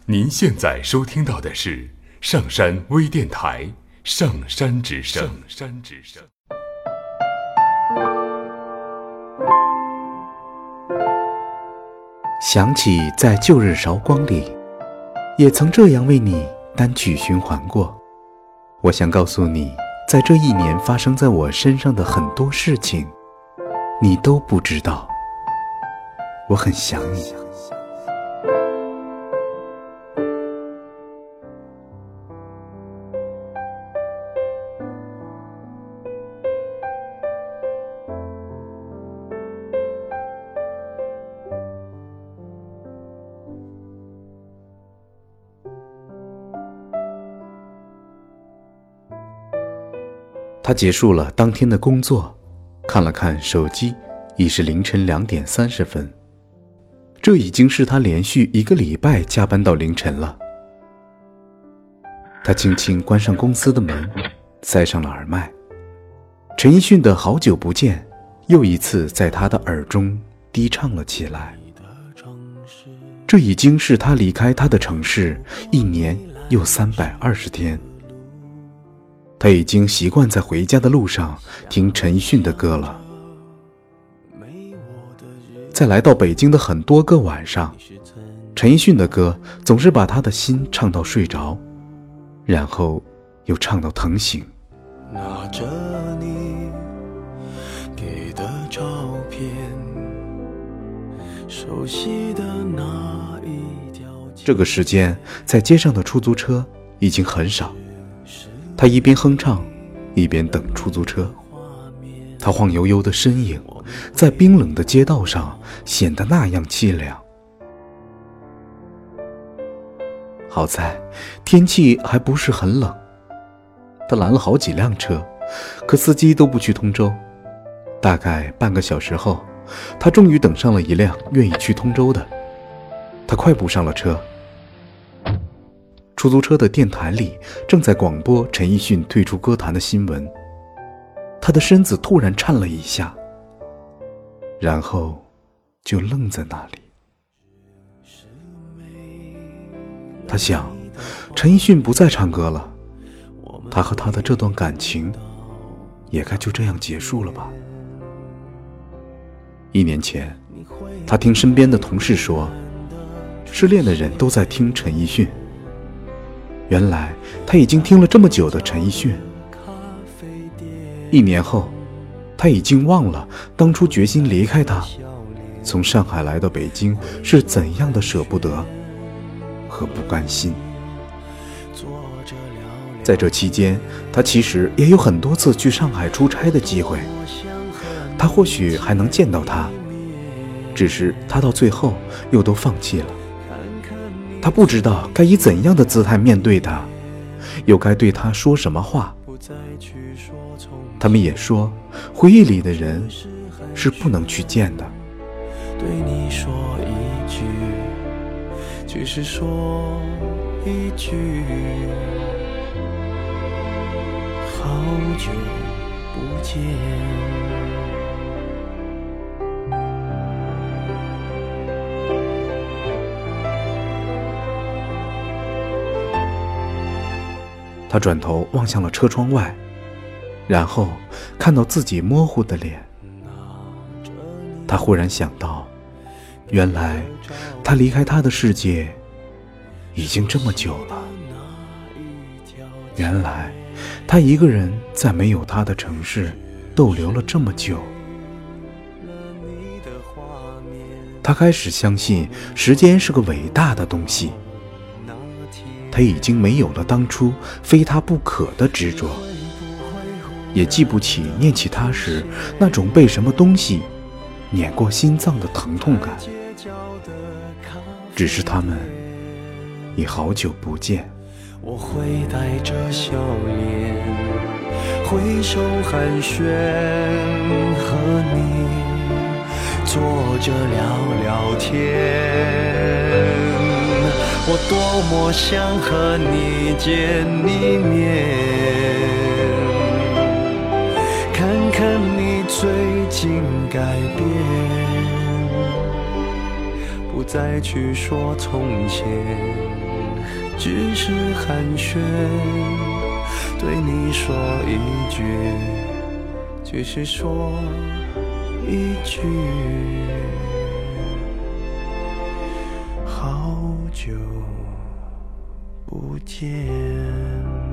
您现在收听到的是上山微电台《上山之声》。 想起在旧日韶光里，也曾这样为你单曲循环过。我想告诉你，在这一年发生在我身上的很多事情，你都不知道。我很想你。他结束了当天的工作，看了看手机，已是凌晨2点30分。这已经是他连续1个礼拜加班到凌晨了。他轻轻关上公司的门，塞上了耳麦。陈奕迅的《好久不见》又一次在他的耳中低唱了起来。这已经是他离开他的城市1年又320天。他已经习惯在回家的路上听陈奕迅的歌了。在来到北京的很多个晚上，陈奕迅的歌总是把他的心唱到睡着，然后又唱到疼醒。 拿着你给的照片，熟悉的那一条街。 这个时间在街上的出租车已经很少，他一边哼唱一边等出租车。他晃悠悠的身影在冰冷的街道上显得那样凄凉。好在天气还不是很冷，他拦了好几辆车，可司机都不去通州。大概半个小时后，他终于等上了一辆愿意去通州的。他快步上了车。出租车的电台里正在广播陈奕迅退出歌坛的新闻。他的身子突然颤了一下，然后就愣在那里。他想，陈奕迅不再唱歌了，他和他的这段感情也该就这样结束了吧。1年前，他听身边的同事说，失恋的人都在听陈奕迅。原来他已经听了这么久的陈奕迅。1年后，他已经忘了当初决心离开他，从上海来到北京是怎样的舍不得和不甘心。在这期间，他其实也有很多次去上海出差的机会，他或许还能见到他，只是他到最后又都放弃了。他不知道该以怎样的姿态面对他，又该对他说什么话。他们也说，回忆里的人是不能去见的。 对你说一句，只是说一句，好久不见。 他转头望向了车窗外，然后看到自己模糊的脸。他忽然想到，原来他离开他的世界已经这么久了。原来他一个人在没有他的城市逗留了这么久。他开始相信时间是个伟大的东西。他已经没有了当初非他不可的执着，也记不起念起他时那种被什么东西碾过心脏的疼痛感。只是他们已好久不见。 我会带着笑脸挥手寒暄，和你坐着聊聊天。我多么想和你见一面，看看你最近改变，不再去说从前。 只是寒暄，对你说一句，只是说一句，好久不见。